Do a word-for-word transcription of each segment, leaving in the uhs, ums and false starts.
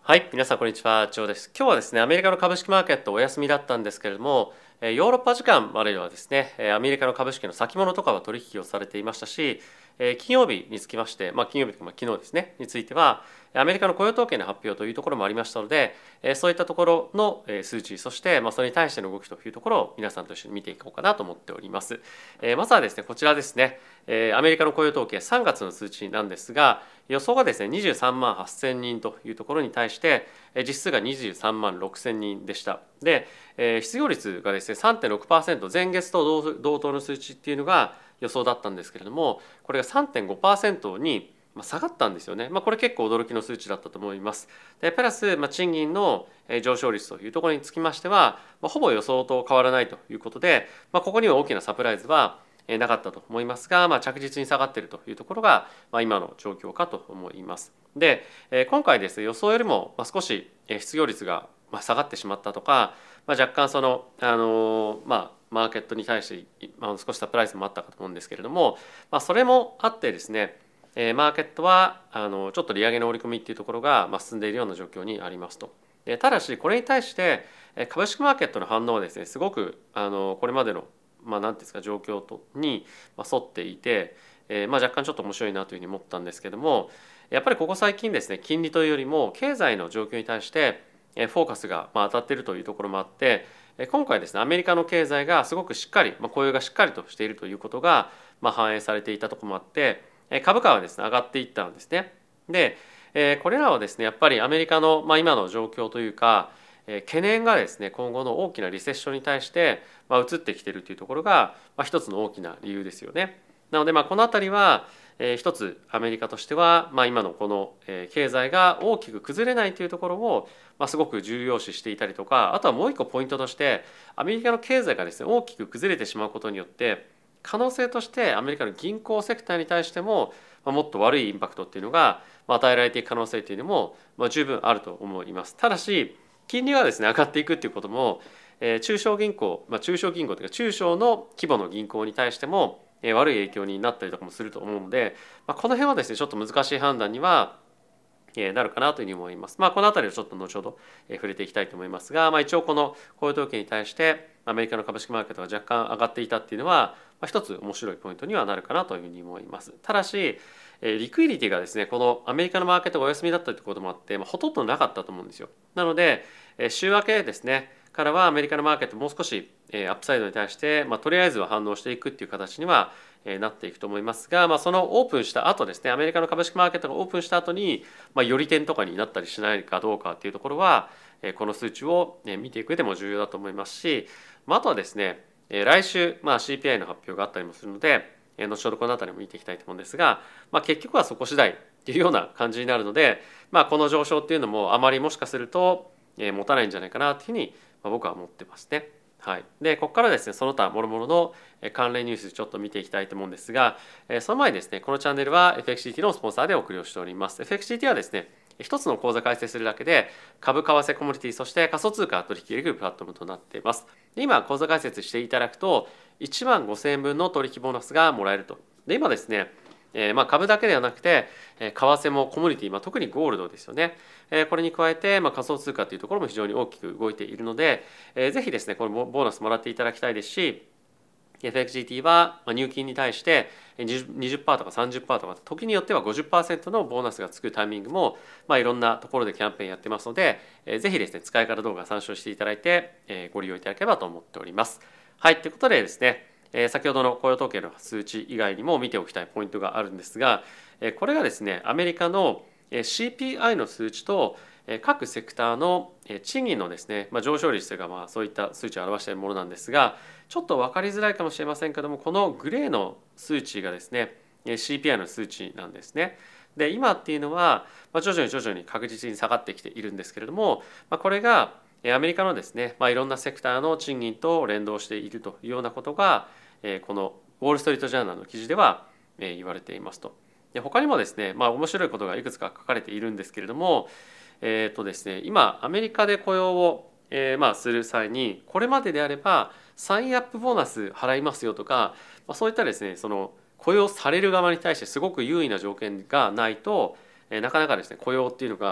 はい、皆さんこんにちは、ジョーです。今日はですね、アメリカの株式マーケットお休みだったんですけれども、えーヨーロッパ時間まではですね、えーアメリカの株式の先物とかは取引をされていましたし、えー金曜日につきまして、まあ金曜日というかまあ昨日ですね、については、アメリカの雇用統計の発表というところもありましたので、えーそういったところのえー数値、そしてまあそれに対しての動きというところを皆さんと一緒に見ていこうかなと思っております。えーまずはですね、こちらですね、えーアメリカの雇用統計さんがつの数値なんですが、予想がですねにじゅうさんまんはっせんにんというところに対して実数がにじゅうさんまんろくせんにんでした。で、えー失業率がですね さんてんろくパーセント、 前月と同同等の数値っていうのが予想だったんですけれども、これが さんてんごパーセント に下がったんですよね。まあ、これ結構驚きの数値だったと思います。でプラス、まあ、賃金の上昇率というところにつきましては、まあ、ほぼ予想と変わらないということで、まあ、ここには大きなサプライズはなかったと思いますが、まあ、着実に下がっているというところが、まあ、今の状況かと思います。で、今回ですね、予想よりも少し失業率が下がってしまったとか、まあ、若干その、あのまあ、マーケットに対して、まあ、少しサプライズもあったかと思うんですけれども、まあ、それもあってですね、マーケットはあのちょっと利上げの織り込みっていうところが進んでいるような状況にありますと。ただしこれに対して株式マーケットの反応はですね、すごくあのこれまでのまあ、なんていうんですか、状況とに沿っていて、えーまあ、若干ちょっと面白いなというふうに思ったんですけども、やっぱりここ最近ですね、金利というよりも経済の状況に対してフォーカスが当たっているというところもあって、今回ですね、アメリカの経済がすごくしっかり、まあ、雇用がしっかりとしているということが、まあ、反映されていたところもあって、株価はですね上がっていったんですね。で、これらはですね、やっぱりアメリカの、まあ、今の状況というか、懸念がですね、今後の大きなリセッションに対してまあ移ってきているというところが、まあ、一つの大きな理由ですよね。なのでまあこのあたりは一つアメリカとしては、まあ、今のこの経済が大きく崩れないというところを、まあ、すごく重要視していたりとか、あとはもう一個ポイントとして、アメリカの経済がですね大きく崩れてしまうことによって可能性としてアメリカの銀行セクターに対してももっと悪いインパクトっていうのが与えられていく可能性というのも十分あると思います。ただし金利がですね上がっていくっていうことも、中小銀行、まあ、中小銀行というか中小の規模の銀行に対しても悪い影響になったりとかもすると思うので、まあ、この辺はですねちょっと難しい判断にはなるかなというふうに思います。まあ、このあたりをちょっと後ほど触れていきたいと思いますが、まあ、一応この雇用統計に対してアメリカの株式マーケットが若干上がっていたっていうのは、まあ、一つ面白いポイントにはなるかなというふうに思います。ただしリクイリティがですね、このアメリカのマーケットがお休みだったということもあって、まあ、ほとんどなかったと思うんですよ。なので週明けですねからはアメリカのマーケットもう少しアップサイドに対して、まあ、とりあえずは反応していくっていう形にはなっていくと思いますが、まあ、そのオープンした後ですね、アメリカの株式マーケットがオープンした後に、まあ、より点とかになったりしないかどうかっていうところはこの数値を見ていく上でも重要だと思いますし、まあ、あとはですね来週、まあ、シーピーアイ の発表があったりもするので後ほどこの辺りも見ていきたいと思うんですが、まあ、結局はそこ次第っていうような感じになるので、まあ、この上昇っていうのもあまりもしかすると持たないんじゃないかなというふうに僕は思ってますね。はい、でここからですねその他諸々の関連ニュースちょっと見ていきたいと思うんですが、その前にですねこのチャンネルは エフエックスシーティー のスポンサーでお送りをしております。 エフエックスシーティー はですね一つの口座開設するだけで株為替コモディティそして仮想通貨取引できるプラットフォームとなっています。で今口座開設していただくといちまんごせんえんぶんの取引ボーナスがもらえると。で今ですねえー、まあ株だけではなくて、えー、為替もコモディティ、まあ、特にゴールドですよね、えー、これに加えて、まあ、仮想通貨というところも非常に大きく動いているので、えー、ぜひですねこれボーナスもらっていただきたいですし、 エフエックスジーティー は入金に対してにじゅっパーセントとか さんじゅっパーセント とか時によっては ごじゅっパーセント のボーナスがつくタイミングも、まあ、いろんなところでキャンペーンやってますので、えー、ぜひですね使い方動画参照していただいて、えー、ご利用いただければと思っております。はい、ということでですね先ほどの雇用統計の数値以外にも見ておきたいポイントがあるんですが、これがですねアメリカの シーピーアイ の数値と各セクターの賃金のですね、まあ、上昇率というかまあそういった数値を表しているものなんですが、ちょっと分かりづらいかもしれませんけども、このグレーの数値がですね シーピーアイ の数値なんですね。で今っていうのは徐々に徐々に確実に下がってきているんですけれども、これがアメリカのですね、まあ、いろんなセクターの賃金と連動しているというようなことがこのウォール・ストリート・ジャーナルの記事では言われていますと。で他にもですね、まあ、面白いことがいくつか書かれているんですけれども、えーとですね、今アメリカで雇用を、えー、まあする際にこれまでであればサインアップボーナス払いますよとか、まあ、そういったですねその雇用される側に対してすごく優位な条件がないと、えー、なかなかですね雇用っていうのが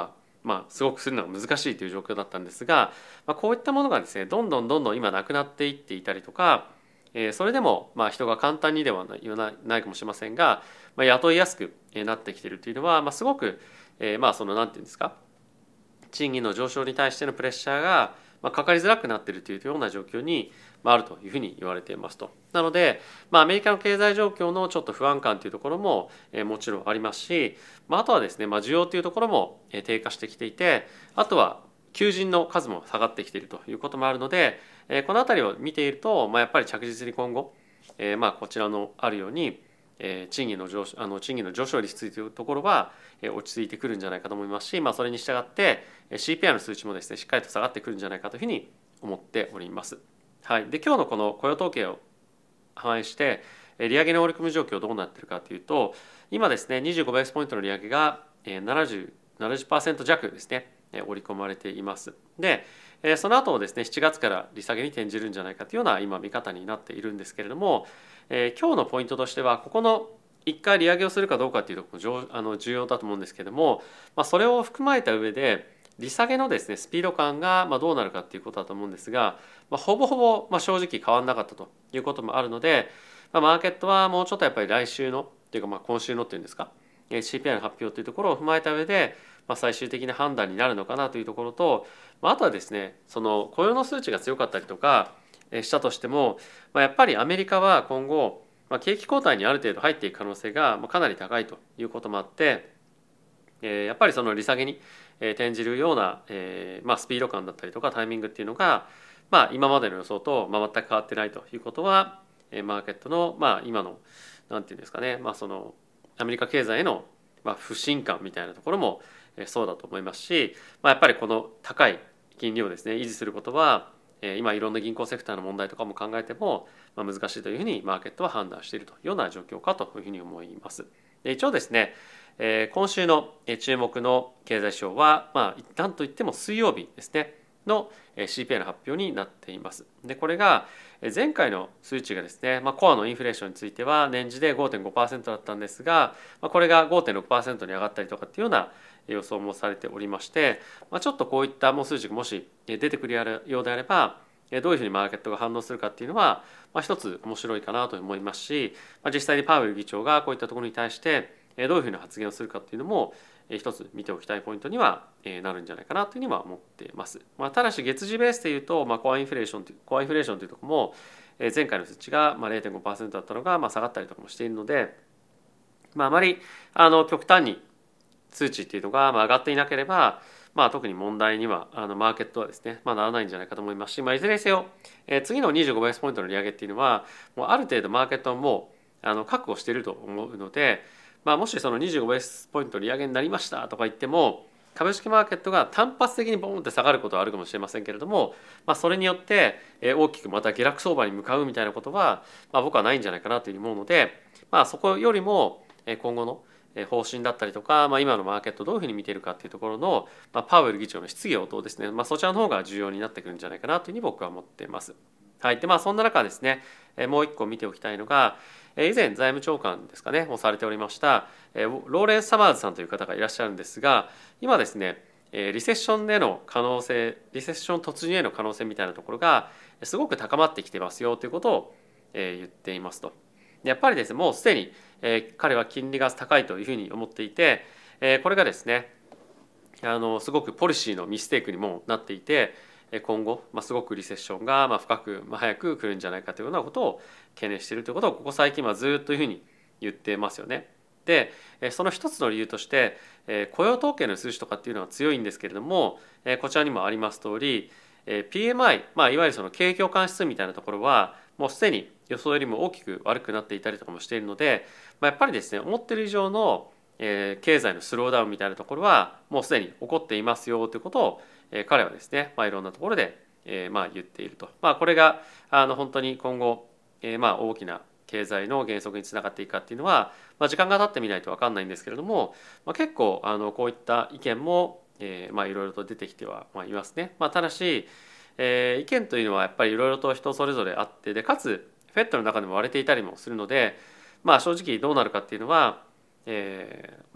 まあ、すごくするのが難しいという状況だったんですが、まあ、こういったものがですねどんどんどんどん今なくなっていっていたりとか、えー、それでもまあ人が簡単にでは言わないかもしれませんが、まあ、雇いやすくなってきているというのは、まあ、すごく、えー、まあその何て言うんですか、賃金の上昇に対してのプレッシャーがかかりづらくなっているというような状況にあるというふうに言われていますと。なので、まあ、アメリカの経済状況のちょっと不安感というところももちろんありますし、まあ、あとはですね、まあ、需要というところも低下してきていて、あとは求人の数も下がってきているということもあるので、この辺りを見ていると、まあ、やっぱり着実に今後、まあこちらのあるように賃金の上昇、あの賃金の上昇率というところは落ち着いてくるんじゃないかと思いますし、まあ、それに従って シーピーアイ の数値もですねしっかりと下がってくるんじゃないかというふうに思っております。はい、で今日のこの雇用統計を反映して利上げの織り込み状況どうなっているかというと、今ですねにじゅうごベースポイントの利上げがななじゅう、ななじゅっパーセント 弱ですね織り込まれています。でその後ですねしちがつから利下げに転じるんじゃないかというような今見方になっているんですけれども、えー、今日のポイントとしてはここのいっかい利上げをするかどうかというところもあの重要だと思うんですけれども、まあ、それを含まれた上で利下げのですねスピード感がまあどうなるかということだと思うんですが、まあ、ほぼほぼまあ正直変わらなかったということもあるので、まあ、マーケットはもうちょっとやっぱり来週のというかまあ今週のっていうんですか シーピーアイ の発表というところを踏まえた上で、まあ、最終的な判断になるのかなというところと、まあ、あとはですねその雇用の数値が強かったりとかしたとしても、まあ、やっぱりアメリカは今後、まあ、景気後退にある程度入っていく可能性がかなり高いということもあって、えー、やっぱりその利下げに転じるような、えーまあ、スピード感だったりとかタイミングっていうのが、まあ、今までの予想と全く変わってないということはマーケットの、まあ、今のなんていうんですかね、まあ、そのアメリカ経済へのまあ不信感みたいなところもそうだと思いますし、まあ、やっぱりこの高い金利をですね維持することは今いろんな銀行セクターの問題とかも考えても難しいというふうにマーケットは判断しているというような状況かというふうに思います。で一応ですね今週の注目の経済指標は、まあ、何といっても水曜日ですねの シーピーアイ の発表になっています。でこれが前回の数値がですね、まあ、コアのインフレーションについては年次で ごてんごパーセント だったんですが、まあ、これが ごてんろくパーセント に上がったりとかっていうような予想もされておりまして、まあ、ちょっとこういったもう数値がもし出てくるようであればどういうふうにマーケットが反応するかっていうのは、まあ、一つ面白いかなと思いますし、まあ、実際にパウエル議長がこういったところに対してどういうふうな発言をするかっていうのも一つ見ておきたいポイントにはなるんじゃないかなというふうには思っています。まあ、ただし月次ベースでいうと、まあ、コアインフレーションというコアインフレーションというところも前回の数値が れいてんごパーセント だったのがまあ下がったりとかもしているので、まあ、あまりあの極端に数値っていうのが上がっていなければ、まあ、特に問題にはあのマーケットはですね、まあ、ならないんじゃないかと思いますし、まあ、いずれにせよ、えー、次のにじゅうごベースポイントの利上げっていうのはもうある程度マーケットはもうあの確保していると思うので、まあ、もしそのにじゅうごベースポイント利上げになりましたとか言っても株式マーケットが単発的にボーンって下がることはあるかもしれませんけれども、まあ、それによって大きくまた下落相場に向かうみたいなことは、まあ、僕はないんじゃないかなというふうに思うので、まあ、そこよりも今後の方針だったりとか、まあ、今のマーケットをどういうふうに見ているかっていうところの、まあ、パウエル議長の質疑応答ですね、まあ、そちらの方が重要になってくるんじゃないかなというふうに僕は思っています。はい、でまあそんな中ですね、もう一個見ておきたいのが以前財務長官ですかねをされておりましたローレンス・サマーズさんという方がいらっしゃるんですが、今ですねリセッションでの可能性リセッション突入への可能性みたいなところがすごく高まってきてますよということを言っていますと。やっぱりですねもうすでに彼は金利が高いというふうに思っていて、これがですねあのすごくポリシーのミステイクにもなっていて、今後、まあ、すごくリセッションがまあ深く、まあ、早く来るんじゃないかというようなことを懸念しているということをここ最近はずっというふうに言ってますよね。でその一つの理由として雇用統計の数字とかっていうのは強いんですけれども、こちらにもあります通り ピーエムアイ、まあ、いわゆるその景況感指数みたいなところはもうすでに予想よりも大きく悪くなっていたりとかもしているので、まあ、やっぱりですね思っている以上の経済のスローダウンみたいなところはもうすでに起こっていますよということを彼はですね、まあ、いろんなところでまあ言っていると、まあ、これがあの本当に今後まあ大きな経済の減速につながっていくかっていうのは、まあ、時間が経ってみないと分かんないんですけれども、まあ、結構あのこういった意見もえまあいろいろと出てきてはいますね。まあ、ただし、えー、意見というのはやっぱりいろいろと人それぞれあって、でかつフェットの中でも割れていたりもするので、まあ、正直どうなるかっていうのは、えー、まあ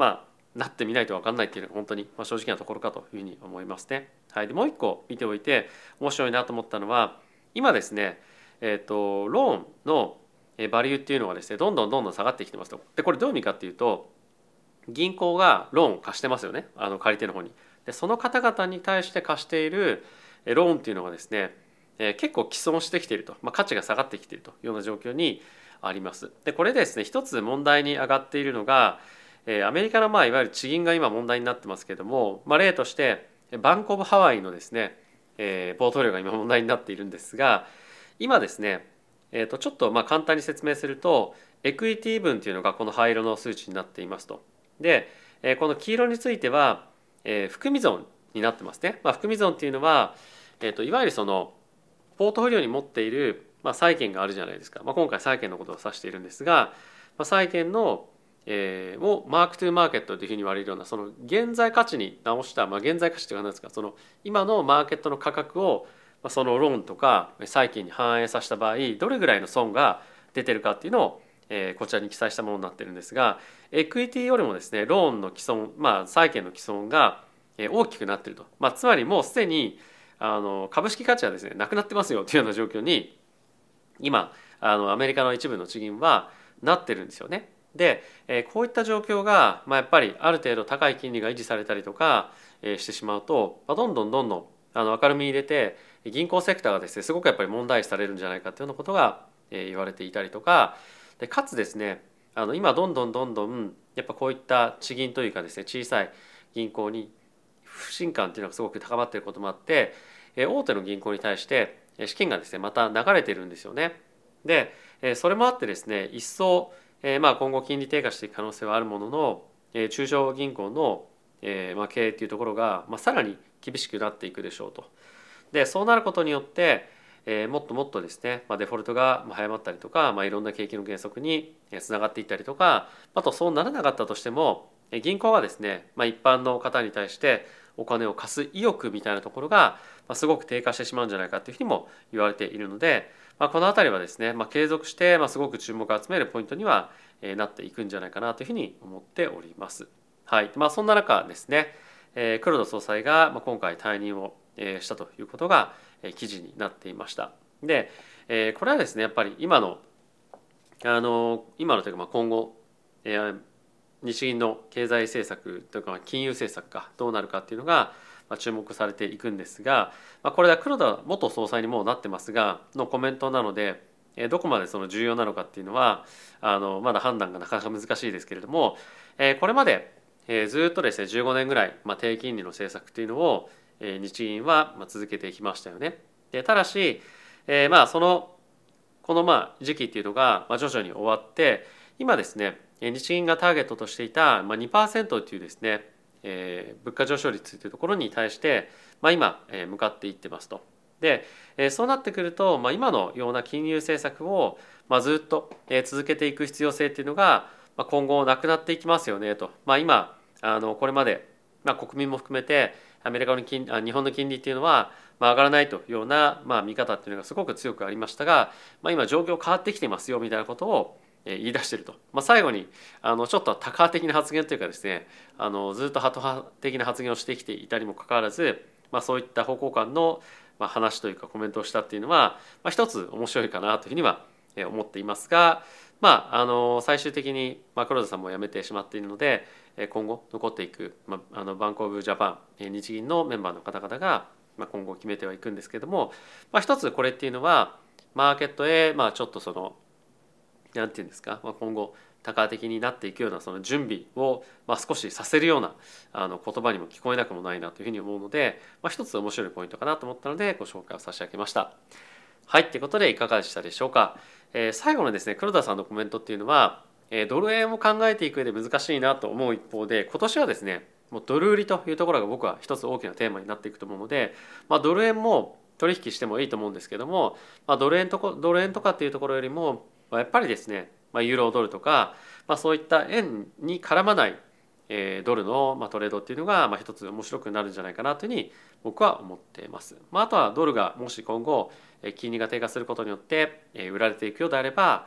なってみないと分かんないっていうのが本当に正直なところかというふうに思いますね。はい、でもう一個見ておいて面白いなと思ったのは今ですね、えーと、ローンのバリューっていうのはですねどんどんどんどん下がってきてますと。でこれどういう意味かっていうと銀行がローンを貸してますよね、あの借り手の方に。でその方々に対して貸しているローンっていうのがですね、えー、結構毀損してきていると、まあ、価値が下がってきているというような状況にあります。でこれですね一つ問題に上がっているのが、えー、アメリカのまあいわゆる地銀が今問題になってますけれども、まあ、例としてバンコブハワイのですね、えー、ポートフォリオが今問題になっているんですが今ですね、えー、とちょっとまあ簡単に説明するとエクイティ分っていうのがこの灰色の数値になっていますと。でこの黄色については含み損になってますね。まあ、含み損っていうのは、えー、といわゆるそのポートフォリオに持っている、まあ、債券があるじゃないですか。まあ、今回債券のことを指しているんですが、まあ、債券の、えー、をマークトゥーマーケットというふうに言われるようなその現在価値に直した、まあ、現在価値というか何ですか、その今のマーケットの価格をそのローンとか債券に反映させた場合どれぐらいの損が出てるかっていうのをこちらに記載したものになってるんですが、エクイティよりもですねローンの既存、まあ、債券の既存が大きくなっていると、まあ、つまりもうすでにあの株式価値はですねなくなってますよというような状況に今あのアメリカの一部の地銀はなってるんですよね。でこういった状況が、まあ、やっぱりある程度高い金利が維持されたりとかしてしまうと、まあ、どんどんどんどんあの明るみに入れて銀行セクターがですねすごくやっぱり問題視されるんじゃないかというようなことが言われていたりとかで、かつですねあの今どんどんどんどんやっぱこういった地銀というかですね小さい銀行に不信感というのがすごく高まっていることもあって大手の銀行に対して資金がですねまた流れているんですよね。でそれもあってですね一層まあ今後金利低下していく可能性はあるものの中小銀行のまあ経営というところがまあさらに厳しくなっていくでしょうと。でそうなることによってえー、もっともっとですね、まあ、デフォルトが早まったりとか、まあ、いろんな景気の減速につながっていったりとか、あとそうならなかったとしても銀行はですね、まあ、一般の方に対してお金を貸す意欲みたいなところがすごく低下してしまうんじゃないかというふうにも言われているので、まあ、この辺りはですね、まあ、継続してすごく注目を集めるポイントにはなっていくんじゃないかなというふうに思っております。はい、まあ、そんな中ですね、黒田総裁が今回退任をしたということが記事になっていました。でこれはですねやっぱり今のあの今のというかまあ今後日銀の経済政策というか金融政策がどうなるかっていうのが注目されていくんですが、これは黒田元総裁にもうなってますがのコメントなのでどこまでその重要なのかっていうのはあのまだ判断がなかなか難しいですけれども、これまでずっとですねじゅうごねんぐらいまあ低金利の政策っていうのを日銀は続けてきましたよね。でただし、えー、まあそのこのまあ時期っていうのが徐々に終わって今ですね日銀がターゲットとしていた にパーセント というですね、えー、物価上昇率というところに対して、まあ、今向かっていってますと。でそうなってくると、まあ、今のような金融政策をまあずっと続けていく必要性っていうのが今後なくなっていきますよねと。まあ、今あのこれまで、まあ、国民も含めてアメリカの金日本の金利っていうのはまあ上がらないというようなまあ見方っていうのがすごく強くありましたが、まあ、今状況変わってきてますよみたいなことを言い出していると。まあ、最後にあのちょっとタカ派的な発言というかですねあのずっとハト派的な発言をしてきていたにもかかわらず、まあ、そういった方向感の話というかコメントをしたっていうのは、まあ、一つ面白いかなというふうには思っていますが、まあ、あの最終的に、まあ、黒田さんも辞めてしまっているので今後残っていく、まあ、あのバンコブジャパン日銀のメンバーの方々が、まあ、今後決めてはいくんですけれども、まあ、一つこれっていうのはマーケットへ、まあ、ちょっとそのなんていうんですか、まあ、今後多角的になっていくようなその準備を、まあ、少しさせるようなあの言葉にも聞こえなくもないなというふうに思うので、まあ、一つ面白いポイントかなと思ったのでご紹介を差し上げました。はい、ということでいかがでしたでしょうか。えー、最後のですね黒田さんのコメントっていうのは、えー、ドル円を考えていく上で難しいなと思う一方で今年はですねもうドル売りというところが僕は一つ大きなテーマになっていくと思うので、まあ、ドル円も取引してもいいと思うんですけども、まあ、ドル円とこドル円とかっていうところよりも、まあ、やっぱりですね、まあ、ユーロドルとか、まあ、そういった円に絡まない、えー、ドルの、まあ、トレードっていうのが、まあ、一つ面白くなるんじゃないかなというふうに僕は思っています。まあ、あとはドルがもし今後金利が低下することによって売られていくようであれば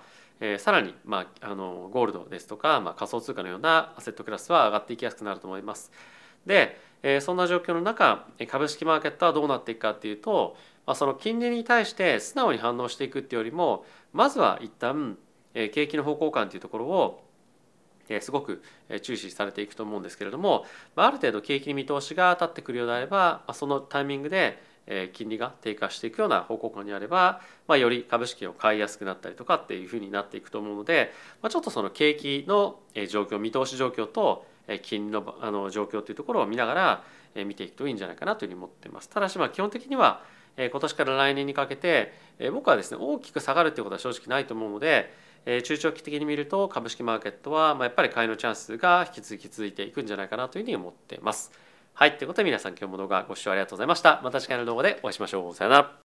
えー、さらに、まあ、あのゴールドですとか、まあ、仮想通貨のようなアセットクラスは上がっていきやすくなると思います。で、えー、そんな状況の中株式マーケットはどうなっていくかっていうと、まあ、その金利に対して素直に反応していくっていうよりも、まずは一旦、えー、景気の方向感というところをすごく注視されていくと思うんですけれども、ある程度景気に見通しが立ってくるようであれば、そのタイミングで金利が低下していくような方向感にあれば、まあ、より株式を買いやすくなったりとかっていうふうになっていくと思うので、まあ、ちょっとその景気の状況、見通し状況と金利のあの状況というところを見ながら見ていくといいんじゃないかなというふうに思っています。ただしまあ基本的には今年から来年にかけて僕はですね大きく下がるということは正直ないと思うので、中長期的に見ると株式マーケットはやっぱり買いのチャンスが引き続き続いていくんじゃないかなというふうに思っています。はい、ということで皆さん今日も動画ご視聴ありがとうございました。また次回の動画でお会いしましょう。さよなら。